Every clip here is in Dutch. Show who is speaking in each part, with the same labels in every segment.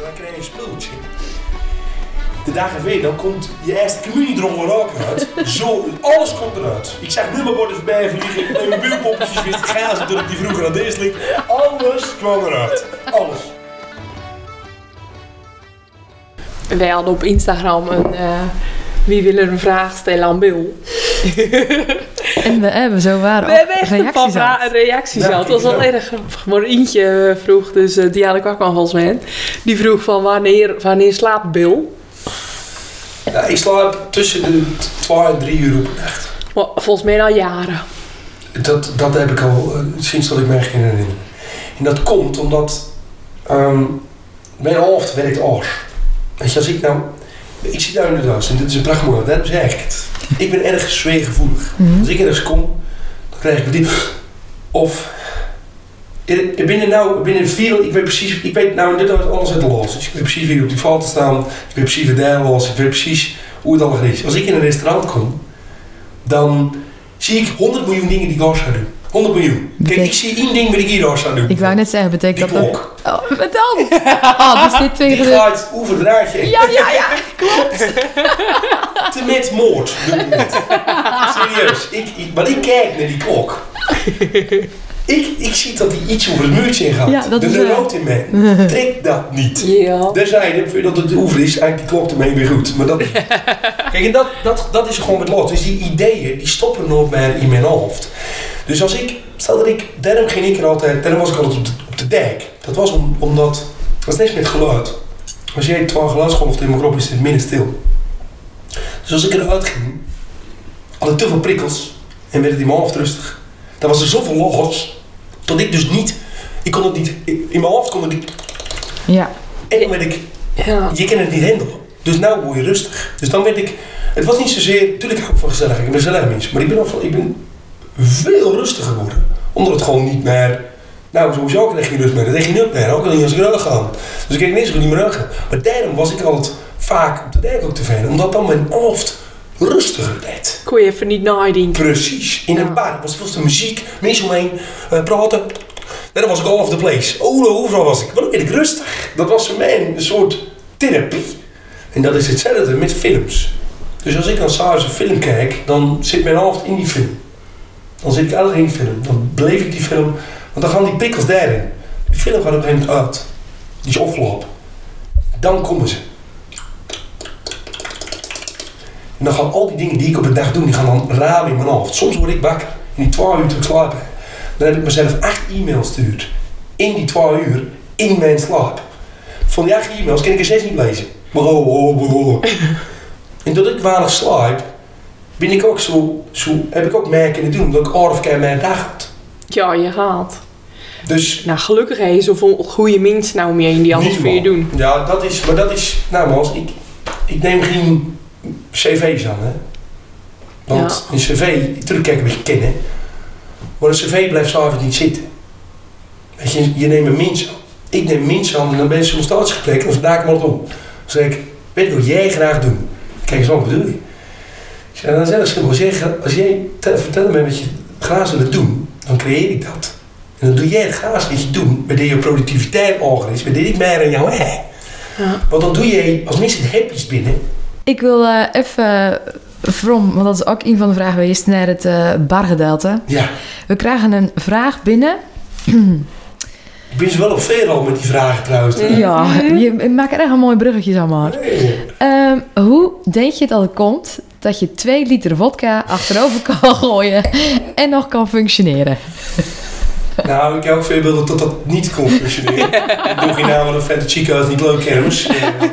Speaker 1: dan krijg je een speeltje. De dagen weer, dan komt je eerste communiedrom ook uit. Zo, alles komt eruit. Ik zag nummerborden voorbij vliegen, en mijn buurpoppetjes wist gaan ze toen ik die vroeger aan deze liep. Alles kwam eruit. Alles.
Speaker 2: Wij hadden op Instagram een wie wil er een vraag stellen aan Bill.
Speaker 3: En we hebben zo waren
Speaker 2: reacties gehad. Het was wel erg grappig. Maar Ientje vroeg, dus Diana Kwakman volgens mij, die vroeg van wanneer slaapt Bill?
Speaker 1: Ja, ik slaap tussen de 2 en 3 uur op een nacht.
Speaker 2: Volgens mij al jaren.
Speaker 1: Dat heb ik al sinds dat ik me kan herinneren. En dat komt omdat mijn hoofd werkt anders. Weet je, als ik nou... Ik zit daar in de das en dit is een prachtig moment. Dat zeg ik het. Ik ben erg zweergevoelig. Als ik ergens kom, dan krijg ik die... Of... Ik weet nou dit alles uit de los. Dus ik weet precies wie op die foto staan. Ik weet precies wat daar was. Ik weet precies hoe het allemaal is. Als ik in een restaurant kom, dan zie ik 100 miljoen dingen die ik daar zou doen. 100 miljoen. Kijk, ik zie 1 ding wat ik hier zou doen.
Speaker 3: Ik wou net zeggen, betekent
Speaker 1: die
Speaker 3: dat
Speaker 1: klok.
Speaker 3: ook... Oh, wat dan? Dus dit
Speaker 1: die gaat over het raadje.
Speaker 3: Ja, klopt.
Speaker 1: Te met moord doe ik het. Serieus. Maar ik kijk naar die klok. Ik zie dat hij iets over het muurtje in gaat.
Speaker 3: Ja, dat
Speaker 1: de neurot in mij. Trek dat niet.
Speaker 2: Ja.
Speaker 1: Daar zei je dat het over is, eigenlijk die klok ermee weer goed. Maar dat... Kijk, en dat is gewoon met lot. Dus die ideeën, die stoppen nooit meer in mijn hoofd. Dus als ik... Stel dat daarom was ik altijd op de dijk. Dat was omdat... Dat is niks met geluid. Als jij 2 geluidsgolven in mijn kop is het minder stil. Dus als ik eruit ging, had ik te veel prikkels en werd het in mijn hoofd rustig. Dan was er zoveel logos, dat ik dus niet... Ik kon het niet... In mijn hoofd kon het niet...
Speaker 3: Ja.
Speaker 1: En dan werd ik... Ja. Je kan het niet handelen. Dus nou word je rustig. Dus dan werd ik... Het was niet zozeer... Natuurlijk hou ik van gezelligheid. Ik ben een gezellig mens. Maar ik ben veel rustiger geworden. Omdat het gewoon niet meer... Nou, sowieso krijg je rust meer. Dat krijg je niet meer. Ook al niet als ik eruit ga. Dus ik kreeg ineens niet meer ruggen. Maar daarom was ik altijd vaak op de dijk ook te veel. Omdat dan mijn hoofd rustiger werd.
Speaker 2: Kon je even niet nadenken.
Speaker 1: Precies. In een bar was veel te muziek. Mensen omheen praten. En dan was ik all over the place. Overal was ik. Maar dan werd ik rustig. Dat was voor mij een soort therapie. En dat is hetzelfde met films. Dus als ik dan s'avonds een film kijk, dan zit mijn hoofd in die film. Dan zit ik eigenlijk in die film. Dan beleef ik die film. Want dan gaan die prikkels daarin. Die film gaat op een gegeven moment uit. Die is opgelopen. Dan komen ze. En dan gaan al die dingen die ik op een dag doe, die gaan dan ramen in mijn hoofd. Soms word ik wakker. In die 2 uur te slapen. Dan heb ik mezelf 8 e-mails gestuurd. In die 2 uur. In mijn slaap. Van die 8 e-mails kan ik er 6 niet lezen. En doordat ik weinig slaap, ben ik ook heb ik ook meer kunnen doen. Dat ik 11 keer mijn dag had.
Speaker 2: Ja, je gaat.
Speaker 1: Dus...
Speaker 2: Nou, gelukkig heb je zoveel goede mensen nou om je heen die alles voor je doen.
Speaker 1: Ja, dat is... Nou, Mans, ik neem geen cv's aan, hè. Want een cv, natuurlijk kijk een beetje kennen. Maar een cv blijft s'avonds niet zitten. Weet je neemt een mens aan. Ik neem mensen aan en dan ben je zo'n staatsgesprek en dan draai ik hem altijd om. Dan zeg ik, weet je wat jij graag doet? Kijk eens, wat bedoel je? Ik zeg, dan is het simpel. Als jij vertelt me wat je graag wil doen, dan creëer ik dat. En dan doe jij het graag wat je doet, waardoor je productiviteit hoger is, waardoor ik meer aan jou heb. Ja. Want dan doe je, als mensen het happy's binnen.
Speaker 3: Ik wil even... want dat is ook een van de vragen geweest naar het bargedeelte. Ja. We krijgen een vraag binnen.
Speaker 1: Ik ben ze wel op veel al met die vragen trouwens.
Speaker 3: Ja, je maakt er echt een mooi bruggetje aan, maar. Hoe denk je dat het komt dat je 2 liter vodka achterover kan gooien en nog kan functioneren?
Speaker 1: Nou, ik heb ook veel beelden dat dat niet kon functioneren. Ik doe geen naam van een Fanta Chico, is niet leuk kermis.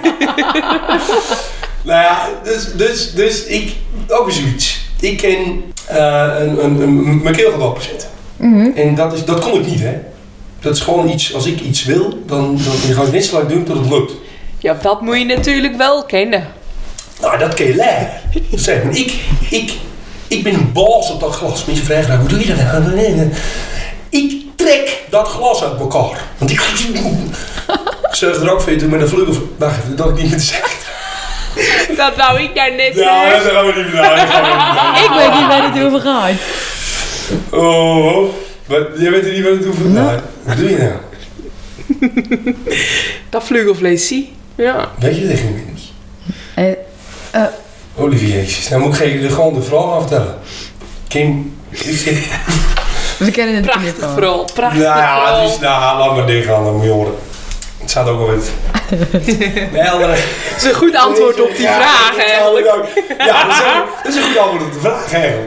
Speaker 1: Nou ja, dus ik... Ook weer zoiets. Ik ken mijn keel gaat openzetten. En dat kon ik niet, hè. Dat is gewoon iets, als ik iets wil, dan ga ik net zo lang doen tot het lukt.
Speaker 2: Ja, dat moet je natuurlijk wel kennen.
Speaker 1: Nou, dat kan je leren. Zeg maar, ik ben een baas op dat glas. Mensen vragen nou, hoe doe je dat nou? Ik trek dat glas uit elkaar. Want ik zorg er ook voor je toe met een vlugel. Wacht even, dat ik niet meer te zeggen.
Speaker 2: Dat wou ik daar net zeggen.
Speaker 1: Ja, dat gaan we niet meer.
Speaker 3: Ik weet niet waar het over gaat.
Speaker 1: Oh, maar jij weet er niet waar het over gaat. Wat doe je nou?
Speaker 2: Dat vleugelvlees zie. Ja.
Speaker 1: Weet je dat geen niet? Olivier, nou moet ik je gewoon de verhaal vertellen. Kim,
Speaker 3: We kennen het
Speaker 2: Prachtig vooral. Prachtig
Speaker 1: nou,
Speaker 2: vooral.
Speaker 1: dus, laat maar dicht gaan, dan moet je horen. Het staat ook al wit.
Speaker 2: Dat is een goed antwoord op die vraag eigenlijk.
Speaker 1: Ja, dat is een goed antwoord op de vraag eigenlijk.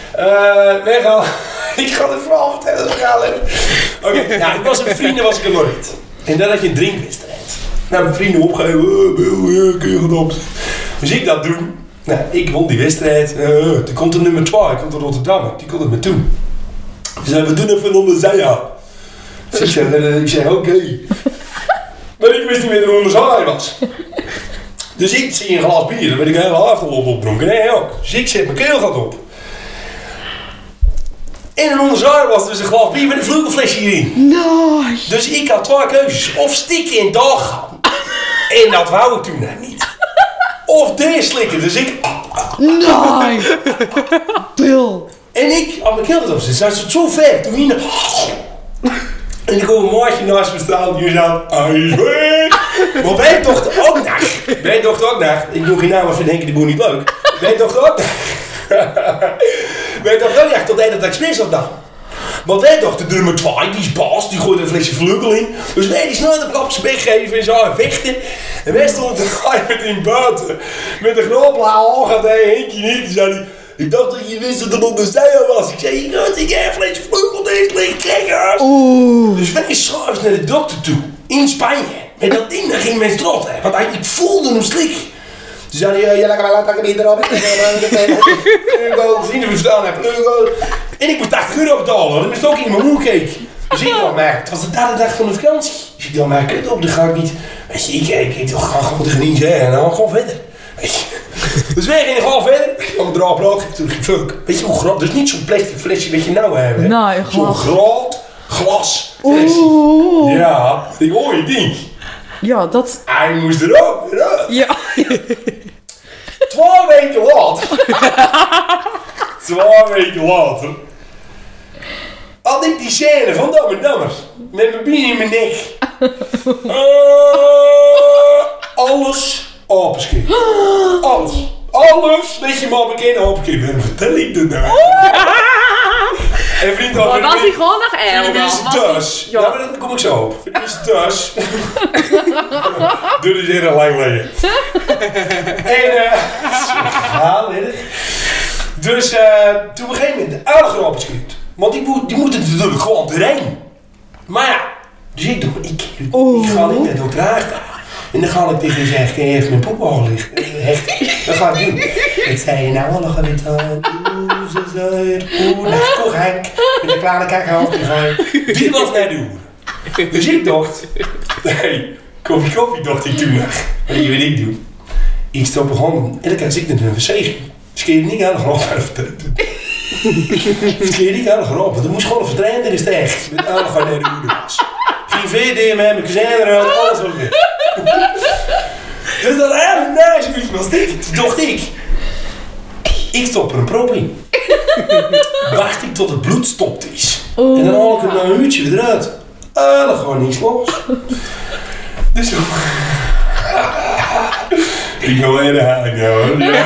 Speaker 1: Ik ga het verhaal vertellen. Oké, nou, ik was met vrienden was ik er nog niet. En dan had je een drinkwedstrijd. Nou, mijn vrienden opgegeven, kun je goed op. Dus ik dat doen. Nou, ik won die wedstrijd. Toen komt de nummer 2, komt de Rotterdam. Die komt het me toe. Ze zei, we doen even om de zij. Dus ik zei, oké. Maar ik wist niet meer hoe de zij was. Dus ik zie een glas bier, dan ben ik een hele avond opdronken. Nee, ook. Dus ik zet mijn keelgat op. En een onderzaai was dus een glas bier met een vleugelflesje hierin.
Speaker 3: Nice.
Speaker 1: Dus ik had 2 keuzes. Of stikken in dag gaan. En dat wou ik toen net niet. Of deze slikken. Dus ik...
Speaker 3: Nice. Bill.
Speaker 1: En ik had mijn keelgat op. Dus hij zat zo ver. Toen hier... En ik hoor een maatje naast me staan. Die zei... Hij is weg. Maar wij dachten ook nog... Ik doe geen naam, maar vind Henk die boer niet leuk. Wij dachten ook nog... Wij dachten ook echt tot de ene dag mis had dan. Want wij dachten, de nummer 2, die is baas, die gooit een flesje vleugel in. Dus nee, die snel de klap zijn bek geven en zo en vechten. En wij stonden te gaan met in buiten. Met een groot blauw oog aan de Henkje niet. Die zei, ik dacht dat je wist dat het op de zijde was. Ik zei, ik heb een flesje vleugel deze liggen, kijkers. Dus wij schuiven naar de dokter toe, in Spanje. Met dat ding, daar ging mijn strot, hè. Want ik voelde hem slik. Toen zei hij, lekker wel laten ik erop. Zien we verstaan hebben. En ik moest €80 betalen, dat is ook in mijn moe keek. Dus ik dacht, maar het was de derde dag van de vakantie. Dus ik dacht, maar kut op, dan ga ik niet. Weet je, ik dacht, ga gewoon tegen niet zeggen en dan gewoon verder. Weet je. Dus wij gingen gewoon verder. Ik had een draad brood, toen ging fuck. Weet je hoe groot, dus niet zo'n plastic flesje wat je nou hebt.
Speaker 3: Nee,
Speaker 1: zo'n groot glas flesje. Ja, ik hoor je ding.
Speaker 3: Ja, dat...
Speaker 1: Hij moest er ook weer uit.
Speaker 3: Ja.
Speaker 1: 2 weken later. 2 weken later. Had ik die scène van Dammers. Met mijn bier in mijn nek. Alles openskip. Alles. Alles dat je maar bekend openskip. En vertel ik dat nou. En vriend,
Speaker 2: Maar was hij gewoon nog
Speaker 1: Dit is dus. Ja, maar daar kom ik zo op. Dit is dus. Doe dus heel lang liggen. En dus toen op een gegeven moment de uilen opgeschiet. Want die moeten natuurlijk gewoon erin. Maar ja, dus ik dacht, ik ga niet naar de dokter Haagda. En dan ga ik tegen hem zeggen, kun je even mijn poep liggen? Dat ga ik doen. Wat zei je nou al nog een dat toch Henk. Met de kleine kakkerhoofd die die was naar de hoer. Dus ik dacht, nee, koffie dacht ik toen nog. Weet je wat ik doe? Ik stop een handen en dan kan ik naar de wc. Dus kun je niet aan de grond vertellen. Dus kun je niet aan de grond, want er moest gewoon een vertrainer in de stijg. Met aandacht naar de hoer was. Geen VD met mijn kazijn eruit, alles was weg. Dus dat eigenlijk naast je was dit. Toen dacht ik stop er een prop in. Wacht ik tot het bloed stopt is. En dan haal ik hem na een uurtje weer eruit. Dat gewoon niet los. Dus zo. Ik wil weer haak nou.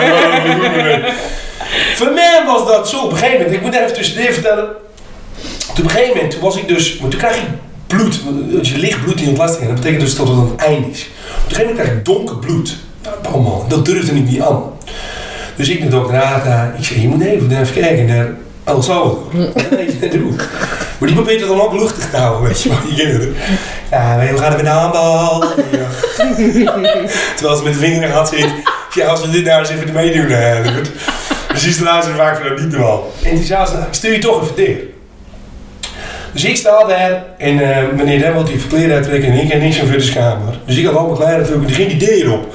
Speaker 1: Voor mij was dat zo op een gegeven moment. Ik moet even tussendoor vertellen. Op een gegeven moment was ik dus. Maar toen krijg ik bloed. Als je licht bloed in ontlasting hebt, dat betekent dus dat het aan het eind is. Op een gegeven moment krijg ik donker bloed. Oh man, dat durfde ik niet aan. Dus ik naar dokter Haagda, ik zeg, je moet even kijken naar El Salvador. Maar die probeert het dan ook luchtig te houden, weet je wel. Die kinderen. Ja, we gaan er met de handbal. Ja. Terwijl ze met de vinger gaat zitten. Ja, als we dit nou eens even meedoen. Dus die staan ze vaak van dat niet doen. En die zei ze, ik stuur je toch even neer. Dus ik sta daar en meneer Demmel die verkleed uittrekken en ik heb niks van voor de kamer. Dus ik had al mijn kleren natuurlijk en die ging die deur op.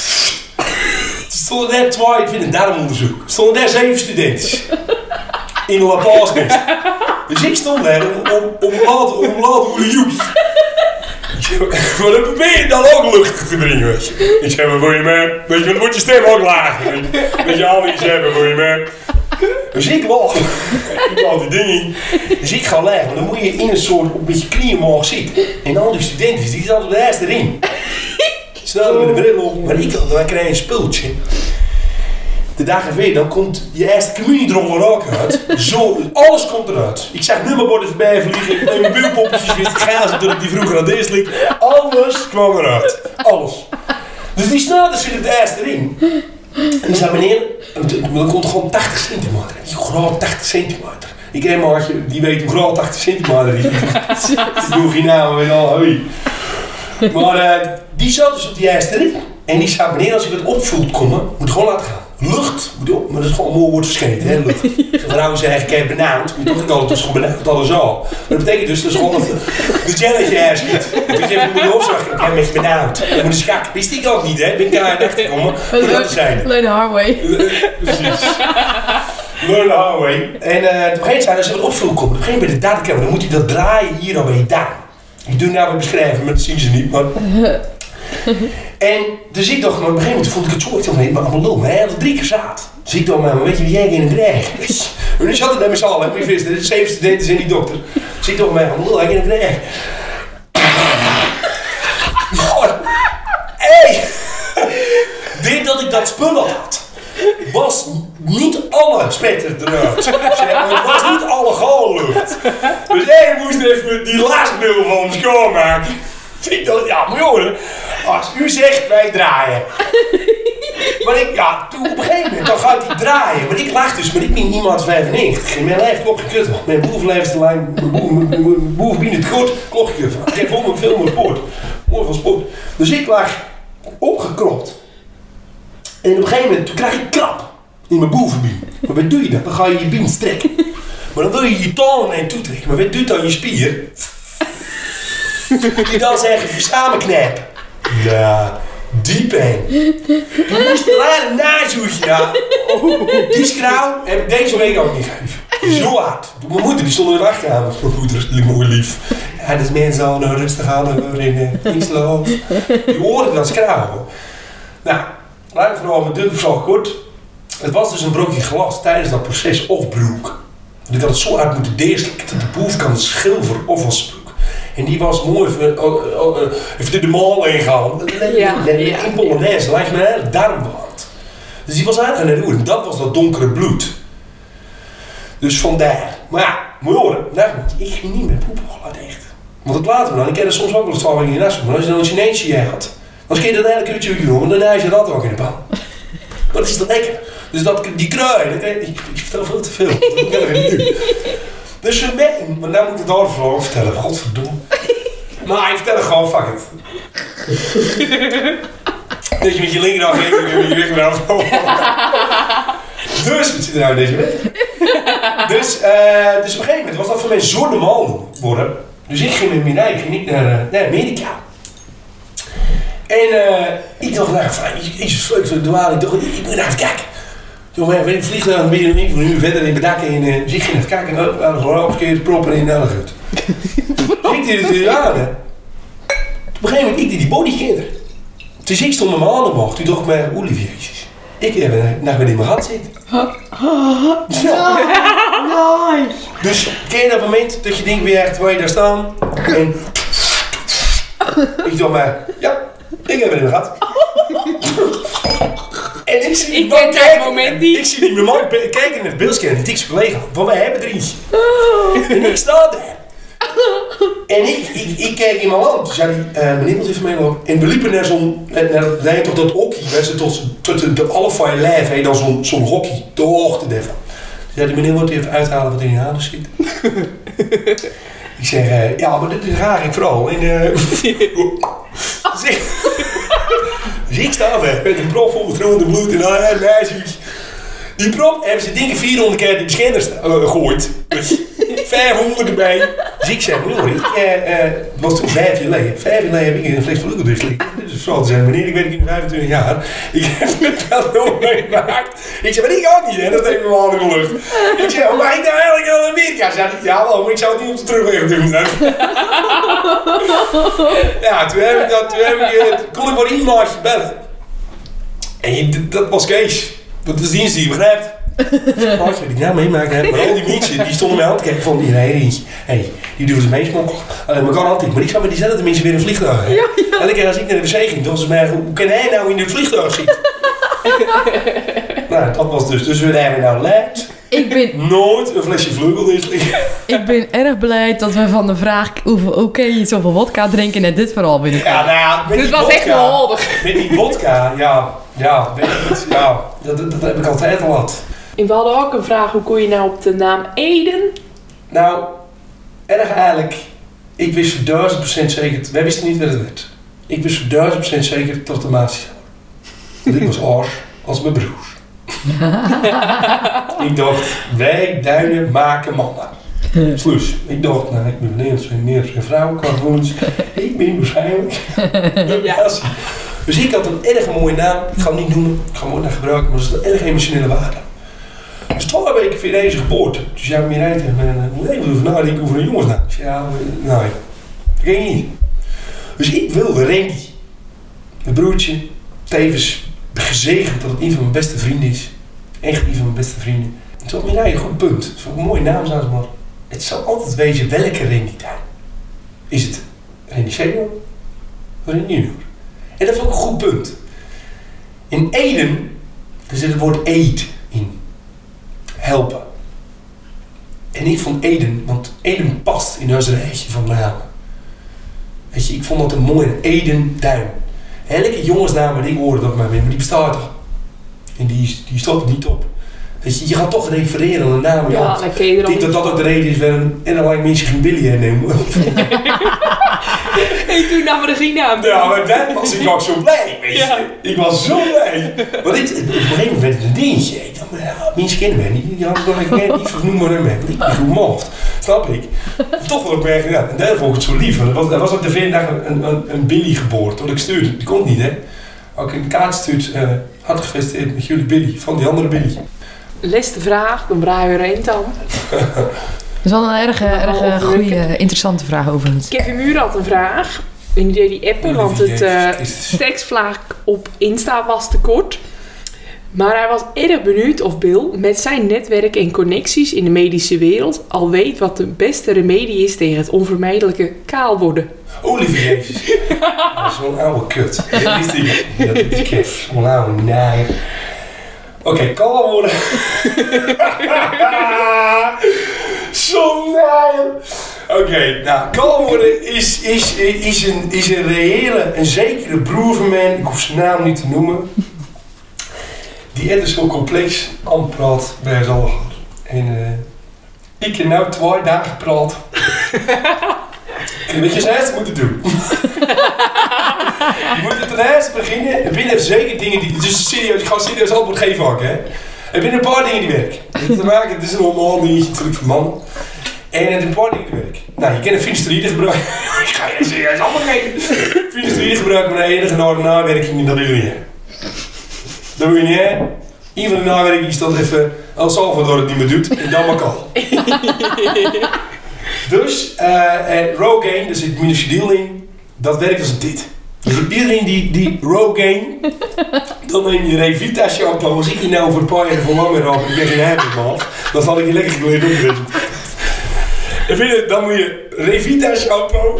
Speaker 1: Er stonden daar 2, ik vind een darmonderzoek. Er stonden daar 7 studenten. In de La Paz-nest. Dus ik stond daar om laten hoe de joep. Maar dan probeer je dan ook luchtig te brengen, weet je. Ik zeg maar voor je man. Weet je, dan wordt je stem ook lager. Weet je, al die zeggen voor je man. Dus ik lag. Ik lag die dingen in. Dus ik ga liggen. Maar dan moet je in een soort met je knieën mogen zitten. En al die studenten die zaten op de eerste ring. Snel met de bril op. Maar dan krijg je een spultje. De dag ervoor, dan komt je eerste communiedrommel er ook uit. Zo, alles komt eruit. Ik zag nummerborden voorbij vliegen. Ik neem mijn buurpoppetjes wist gazen toen ik die vroeger aan deze liep. Alles kwam eruit. Alles. Dus die snelheid zit op de eerste ring. En die zei, meneer, dan komt gewoon 80 centimeter. Ik groot 80 centimeter. Ik heb een maatje, die weet hoe groot 80 centimeter is. Ik doe geen naam, weet al, hoi. Maar die zat dus op die eerste ring. En die zei, meneer, als ik het opvoelt komen, moet gewoon laten gaan. Lucht, maar dat is gewoon een mooi woord verscheten, hè, lucht. De vrouwen zeggen, ik heb benauwd, maar toch ik altijd dus gewoon benauwd, alles al. Maar dat betekent dus, dat is gewoon de jelletje ergens niet. Dus even moet je opzeggen, ik heb een beetje benauwd. Dan moet je schak, wist ik ook niet, hè, ben ik daar achtergekomen, maar dat is zijn.
Speaker 3: Learn the hard way.
Speaker 1: Precies. Learn the hard way. En op een gegeven moment, als je wat opvoelt komt, op een gegeven moment bij de derde dan moet je dat draaien hier al bij je duim. Ik doe nou wat beschrijven, maar dat zien ze niet, maar... En dus ik dacht, maar op een gegeven moment voelde ik het zo, ik dacht, nee, maar allemaal lul, maar hij had het 3 keer zaad. Dus ik dacht, maar weet je wie jij geen krijgt? En nu zat het met z'n allen, moet je wisten, er 7 studenten zijn die dokter. Dus ik dacht, maar allemaal lul, hij geen krijgt. Hé! Dit dat ik dat spul had, was niet alle spetter eruit. Het was niet alle gallucht. Dus ik moest even die lastbril van hem schoonmaken. Ik dacht, ja, maar jongen, als u zegt wij draaien. Maar ik, ja, toen op een gegeven moment, dan gaat hij draaien. Maar ik lag dus, maar ik ben iemand 95. Mijn lijf klopt gekut. Mijn bovenlijfslijn, mijn bovenbeen het goed, klopt gekut. Ik heb voor me veel meer sport. Mooi van sport. Dus ik lag opgekropt. En op een gegeven moment, toen krijg ik krap in mijn bovenbeen. Maar wat doe je dan? Dan ga je je been strekken. Maar dan wil je je tanden naar je toe trekken. Maar wat doet dan je spier? Die dan zeggen, samenknijpen. Ja, die pijn. Je moest een nazoetje, ja. Die schrouw heb ik deze week ook niet gegeven. Zo hard. Mijn moeder die stond in de wachtkamer. Mijn moeder is mooi lief. Ja, dat is mensen al rustig aan in slaap. Die hoorde dat schrouw. Nou, laat vooral mijn dun verhaal kort. Het was dus een brokje glas tijdens dat proces of broek. Ik had het zo hard moeten deerslikken dat de bovenkant schilver of als spuuk. En die was mooi even de mol ingaan. In Polonaise, langs mijn hele darmband. Dus die was eigenlijk aan het roeren. Dat was dat donkere bloed. Dus vandaar. Maar ja, moet je horen. Ik ging niet met poepen laat echt. Want dat later dan. Ik ken er soms ook wel eens 12 weken in de naast. Maar als je dan een Chineesje had, dan kun je dat eigenlijk een uurtje doen. En dan is je dat ook in de pan. Maar dat is dat lekker. Dus die krui, ik vertel veel te veel. Dat kan ik niet doen. Dus maar nou moet ik het overal vertellen. Godverdomme. Maar ik vertel het gewoon, fuck it. Dat je met je linkerhand en je rechterhand. Dus, wat zit er nou in deze week? Dus op een gegeven moment was dat voor mij zo normaal worden. Dus ik ging met mijn ging niet naar Amerika. En ik dacht, nou, jezus, ik moet naar even kijken. Jongen, ik vlieg dan weer een winkel van een uur verder in bedakken en dus ik ging even kijken en dan gewoon opgekeerd proppen in de gut. Dus ik deed het aan, hè. Op een gegeven moment, ik deed die bodykinder. Dus ik stond mijn handen omhoog, toen dacht ik mij, Oliviertjes, ik heb naar in mijn gat zitten. Ja. Dus ken je dat moment dat je denkt weer echt waar je daar staan en ik dacht maar, ja, ik heb het in mijn gat. En ik zie die man kijken in het beeldscherm, die tikse collega, want wij hebben er iets. En ik sta daar. En ik kijk in mijn land, dus zei hij, meneer wat even meelopen. En we liepen naar zo'n, tot dat hockey, tot de alle van je lijf, he, dan zo'n hockey, de hoogte daarvan. Dus zei die meneer wat even uithalen wat in je adem zit. Ik zeg, ja, maar dit is raar, ik vooral. En, dus ik sta daar met een prop vol groente bloed en meisjes. Die prop hebben ze dingen 400 keer in de scanners gegooid. Dus 500 erbij. Dus ik zeg, het was toen 5 jaar geleden. 5 jaar geleden heb ik in een fles van Lucas geslikt. Dus het zal te zijn, meneer, ik weet het in 25 jaar. Ik heb het wel nog meegemaakt. Ik zeg, maar ik ook niet, hè, dat heeft me wel in de lucht. Ik zeg, maar mag ik nou eigenlijk naar Amerika? Zei hij, ja, wel, maar ik zou het niet op de terugweg doen. Ja, toen kon ik maar één maatje bellen. En dat was Kees. Dat is dienst die je begrijpt. Wat ik nou meemaken heb. Maar al die mensen die stonden mij aan te kijken van... die doen het meesmokkelen. Maar kan altijd. Maar ik zag met diezelfde mensen weer in een vliegtuig. Ja. Elke keer als ik naar de wc ging, dachten ze mij... Hoe kan hij nou in het vliegtuig zitten? Nou, dat was dus we hebben nou leid.
Speaker 3: Ik ben
Speaker 1: nooit een flesje vleugel is liggen.
Speaker 3: Ik ben erg blij dat we van de vraag... Hoe kun je zoveel vodka drinken net dit vooral binnen.
Speaker 1: Ja, nou ja, met
Speaker 2: dit
Speaker 1: die
Speaker 2: was
Speaker 1: vodka,
Speaker 2: echt wel handig.
Speaker 1: Met die vodka, weet ik niet. Ja, dat heb ik altijd al gehad.
Speaker 2: En we hadden ook een vraag, hoe kon je nou op de naam Eden?
Speaker 1: Nou, erg eigenlijk... Ik wist voor 1000% zeker... Wij wisten niet wat het werd. Ik wist voor 1000% zeker dat de maat zou worden. Ik was oors als mijn broers. Ik dacht, wij duinen maken mannen. Sluis. Ik dacht, nou, ik ben meer zijn vrouw qua gevoelens. Ik ben waarschijnlijk. Ja. Dus ik had een erg mooie naam. Ik ga hem niet noemen. Ik ga hem nooit naar gebruiken. Maar dat is een erg emotionele waarde. Dus 12 weken voor deze geboorte. Dus jij meer rijdt en moet even over nadenken over een jongensnaam. Dus ja, nou, dat ging niet. Dus ik wilde Randy. Mijn broertje. Tevens gezegend dat het een van mijn beste vrienden is. Echt een van mijn beste vrienden. En toen had Mireille een goed punt. Het is ook een mooie naam zelfs, maar het zal altijd wezen welke Randy daar. Is het Randy senior of Randy junior? En dat vond ik een goed punt. In Eden, er zit het woord aid in. Helpen. En ik vond Eden, want Eden past in ons rijtje van namen. Weet je, ik vond dat een mooie Eden Duin. Elke jongensnaam die ik hoorde dat maar die bestaat er. En die stopt er niet op. Weet je gaat toch refereren aan de naam.
Speaker 2: Ja, dan ken je
Speaker 1: ik denk dat dat ook de reden is waarom lang mensen geen Billy nemen.
Speaker 2: En toen nam we geen naam.
Speaker 1: Ja, maar dat was ik ook zo blij. Weet je. Ja. Ik was zo blij. Want op een gegeven moment werd het een dingetje. Ik dacht, mensen kennen mij niet. Die hadden ik niet vernoemd maar mij. Ik ben goed mocht. Snap ik? Toch wel opmerking gedaan. En daar vond ik het zo lief. Er was ook de vierde dag een Billy geboren. Toen ik stuurde. Die komt niet, hè. Ook in de kaart stuurt. Had gefeliciteerd met jullie Billy. Van die andere Billy.
Speaker 2: Laatste vraag. Dan draaien we er één dan.
Speaker 3: Dat is wel een erg goede, interessante vraag overigens.
Speaker 2: Kevin Muur had een vraag. En die deed die appen, want het tekstvlaag op Insta was te kort. Maar hij was erg benieuwd of Bill met zijn netwerk en connecties in de medische wereld al weet wat de beste remedie is tegen het onvermijdelijke kaal worden.
Speaker 1: Oh, lieve Jezus. Dat is zo'n oude kut. Dat is Kev. Zo'n oude naaier. Oké, kaal worden. Zo'n naaier. Oké, nou, kaal worden is een reële, een zekere broer van mij. Ik hoef zijn naam niet te noemen. Die is zo complex aan het praten bij ons allen. En ik heb nou 2 dagen gepraat. Weet je wat je eerst moeten doen? Je moet het ten eerste beginnen. En binnen zeker dingen die... Dus serieus, ik ga serieus antwoord geven ook, hè. Er binnen een paar dingen die werken. Het is een normaal dingetje natuurlijk voor mannen. En er een paar dingen die werken. Nou, je kan een finasteride gebruiken. Ik ga je serieus allemaal geven. Finasteride gebruiken met een enige nawerking en dat doe je niet. Dat doe je niet, hè. Een van de nawerking is dat even El Salvador het niet meer doet. En dan maar kan. Dus, Rogaine, daar zit minoxidil in. Dat werkt als dit. Dus voor iedereen die Rogaine, dan neem je Revita shampoo. Als ik hier nou voor een paar jaar voor langer heb, ik ben geen hebben, man. Dan zal ik je lekker geleden opbrengen. En dan moet je Revita shampoo.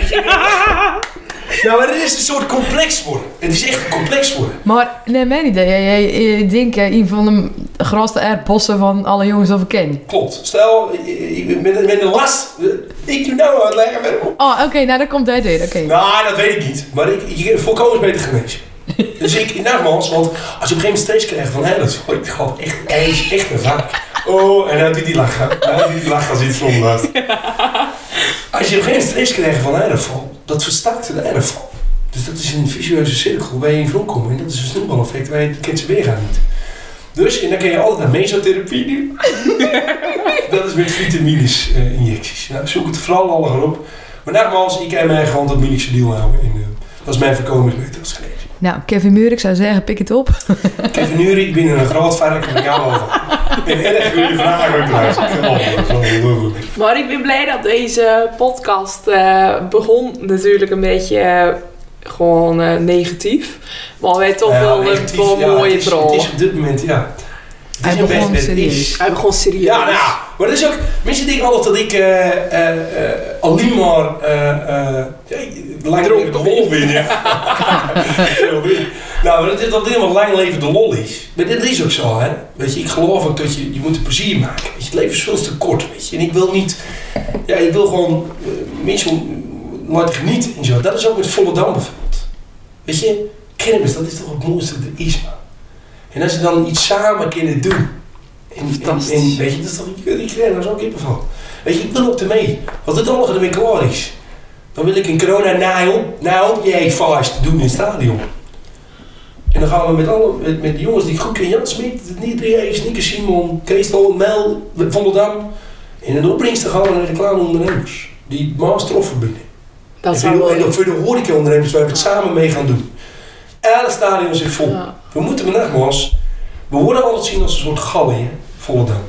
Speaker 1: Nou, maar het is een soort complex worden. Het is echt een complex worden.
Speaker 3: Maar, nee, mijn idee. Jij denkt een van de grootste aardbossen van alle jongens dat ik ken.
Speaker 1: Klopt. Stel, ik ben een last. Ik doe nou uitleggen waarom.
Speaker 3: Oh, oké, nou, dat komt uit weer. Okay.
Speaker 1: Nou, dat weet ik niet. Maar ik volkomen is beter geweest. Dus nogmaals, want als je op een gegeven moment stress krijgt van, dat gaat echt een vaak. Oh, en nou doet die lachen. Die lachen als iets zondags. Als je op een gegeven moment stress krijgt van airval, dat versterkt de airval. Dus dat is een vicieuze cirkel waar je in voorkomt. En dat is een sneeuwbaleffect waar je kent ze weergaan niet. Dus, en dan kun je altijd naar mesotherapie doen. Dat is met vitamines injecties. Nou, zoek het vooral allemaal op. Maar nogmaals, ik heb mijn eigen hand op minoxidil houden. En dat is mijn voorkomingsmethode als gelezen.
Speaker 3: Nou, Kevin Muur, ik zou zeggen, pik het op.
Speaker 1: Kevin Muur, ik ben een groot varken met jou over. Een erg goede vraag ook trouwens.
Speaker 2: Maar ik ben blij dat deze podcast begon natuurlijk een beetje gewoon negatief. Maar wij toch wel een mooie troll.
Speaker 1: Het is op dit moment, ja.
Speaker 3: Hij begon serieus.
Speaker 2: Hij begon serieus.
Speaker 1: Ja, nou, maar dat is ook... Mensen denken altijd dat ik alleen maar... lang leven de lol ben, ja. Nou, maar dat dit helemaal lang leven de lol is. Maar dit is ook zo, hè. Weet je, ik geloof ook dat je moet er plezier maken. Weet je, het leven is veel te kort, weet je. En ik wil niet... Ja, ik wil gewoon mensen laten genieten en zo. Dat is ook met Volendam bijvoorbeeld. Weet je, kermis, dat is toch het mooiste dat er is, man. En als je dan iets samen kunnen doen. En weet je, dat is toch, ik krijg daar zo kippen van. Weet je, ik wil ook ermee. Als het allemaal ermee klaar is, dan wil ik een corona na-op feest doen in het stadion. En dan gaan we met de jongens die ik goed ken, Jan Smit, Niedrie, Nieke Simon, Keestal, Mel, Volendam. En in de opbrengst gaan we naar de kleine ondernemers. Die maas troffen binnen. En ook voor de horeca-ondernemers waar we het samen mee gaan doen. Alle stadions zit vol. Ja. We moeten nogmaals, we worden altijd zien als een soort Gallië, Volendam.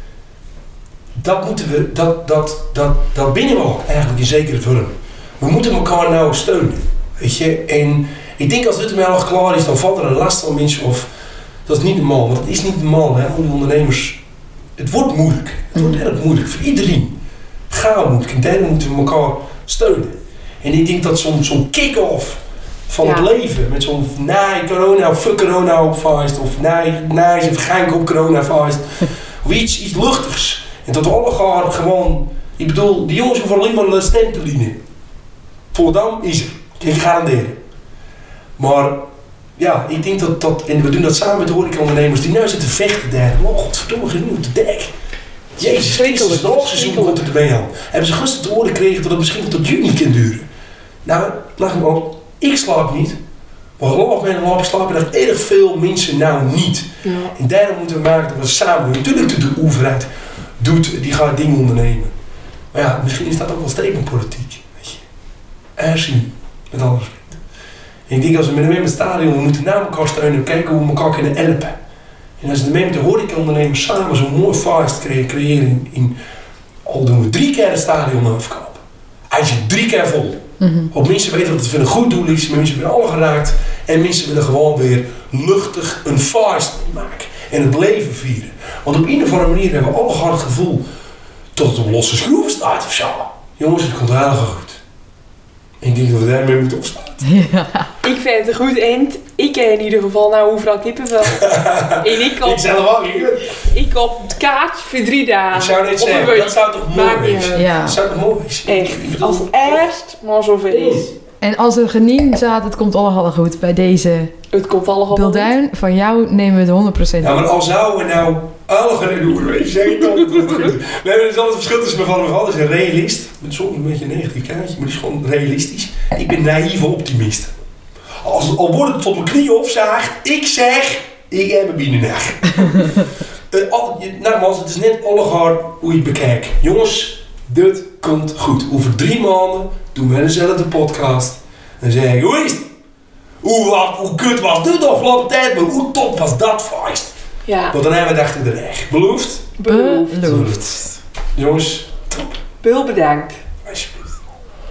Speaker 1: Dat moeten we, dat binnen we ook eigenlijk in zekere vorm. We moeten elkaar nou steunen, weet je. En ik denk als dit ermee al klaar is, dan valt er een last van mensen of dat is niet normaal, want het is niet normaal, hè. Al die ondernemers, het wordt moeilijk. Het wordt erg moeilijk voor iedereen. Gaan moeilijk en daarom moeten we elkaar steunen. En ik denk dat zo'n kick-off van het leven, met zo'n corona of fuck corona op feest, of ze vergank op corona feest, of iets luchtigs. En dat we allemaal gewoon, ik bedoel, die jongens hoeven alleen maar een stem te dienen. Volendam is er, ik garandeer. Maar ja, ik denk dat, en we doen dat samen met de horecaondernemers die nu zitten vechten daar. Oh godverdomme, geen op de dek. Jezus Christus, het hoogseizoen komt erbij aan. Hebben ze gisteren te horen gekregen dat het misschien tot juni kan duren. Nou, lag hem op. Ik slaap niet. Maar geloof me, in slapen nog erg veel mensen nou niet. Ja. En daarom moeten we maken dat we samen doen. Natuurlijk doet de overheid, die gaat dingen ondernemen. Maar ja, misschien is dat ook wel stekenpolitiek. Weet je. Herzien, met alle respect. En ik denk als we met het stadion, we moeten naar elkaar steunen en kijken hoe we elkaar kunnen helpen. En als we met de horecaondernemers samen zo'n mooi feest creëren al doen we 3 keer het stadion afkopen. Hij is 3 keer vol. Op mensen weten dat het voor een goed doel is, mensen willen alle geraakt en mensen willen gewoon weer luchtig een feest maken en het leven vieren. Want op een of andere manier hebben we allemaal het gevoel dat het op losse schroeven staat of zo. Jongens, het komt heel goed. En ik denk dat we daarmee moeten opstaan.
Speaker 2: Ja. Ik vind het een goed eind. Ik ken in ieder geval nou overal kippenvel. En ik op het kaartje voor 3 dagen.
Speaker 1: Ik zou net zeggen, dat zou toch mooi zijn?
Speaker 3: Ja.
Speaker 1: Dat zou toch mooi zijn?
Speaker 2: Echt, als het eerst maar zover is.
Speaker 3: En als er genien zaten, het komt allemaal goed bij deze
Speaker 2: het komt allemaal
Speaker 3: Bilduin. Van jou nemen we het 100%.
Speaker 1: Ja, maar als zouden we nou alle gaan doen, weet je, zeg ik dan. Nee, maar dat is altijd het verschil tussen me van mijn vader is een realist. Met soms een beetje een negatief kaartje, maar die is gewoon realistisch. Ik ben naïeve optimist. Al wordt het tot mijn knieën opzaagt, ik zeg, ik heb een binnendag. Nogmaals, het is net allegaar hoe je het bekijkt. Jongens, dit komt goed. Over 3 maanden doen we dezelfde podcast. En zeg ik, hoe is het? Hoe kut was dit de afgelopen tijd, maar hoe top was dat feest?
Speaker 2: Ja.
Speaker 1: Want dan hebben we dachten er echt. Beloofd?
Speaker 3: Beloofd.
Speaker 1: Jongens, top.
Speaker 2: Heel bedankt.
Speaker 1: Alsjeblieft.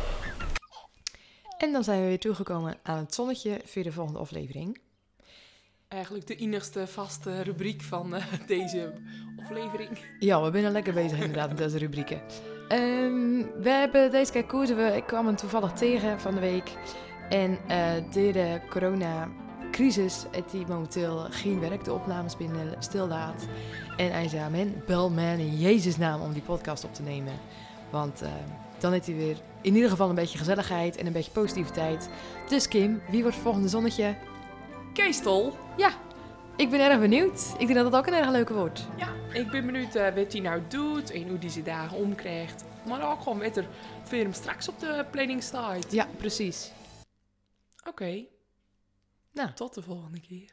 Speaker 3: En dan zijn we weer toegekomen aan het zonnetje voor de volgende aflevering.
Speaker 2: Eigenlijk de enigste vaste rubriek van deze aflevering.
Speaker 3: Ja, we zijn lekker bezig inderdaad met deze rubrieken. We hebben deze keer gekozen, ik kwam hem toevallig tegen van de week. En door de coronacrisis heeft hij momenteel geen werk, de opnames binnen stildaat. En hij zei, man, bel mij in Jezus naam om die podcast op te nemen. Want dan heeft hij weer in ieder geval een beetje gezelligheid en een beetje positiviteit. Dus Kim, wie wordt het volgende zonnetje?
Speaker 2: Keestel.
Speaker 3: Ja, ik ben erg benieuwd. Ik denk dat het ook een erg leuke wordt.
Speaker 2: Ja, ik ben benieuwd wat hij nou doet en hoe hij zijn dagen omkrijgt. Maar ook gewoon met er voor hem straks op de planning staat.
Speaker 3: Ja, precies.
Speaker 2: Oké.
Speaker 3: Nou,
Speaker 2: tot de volgende keer.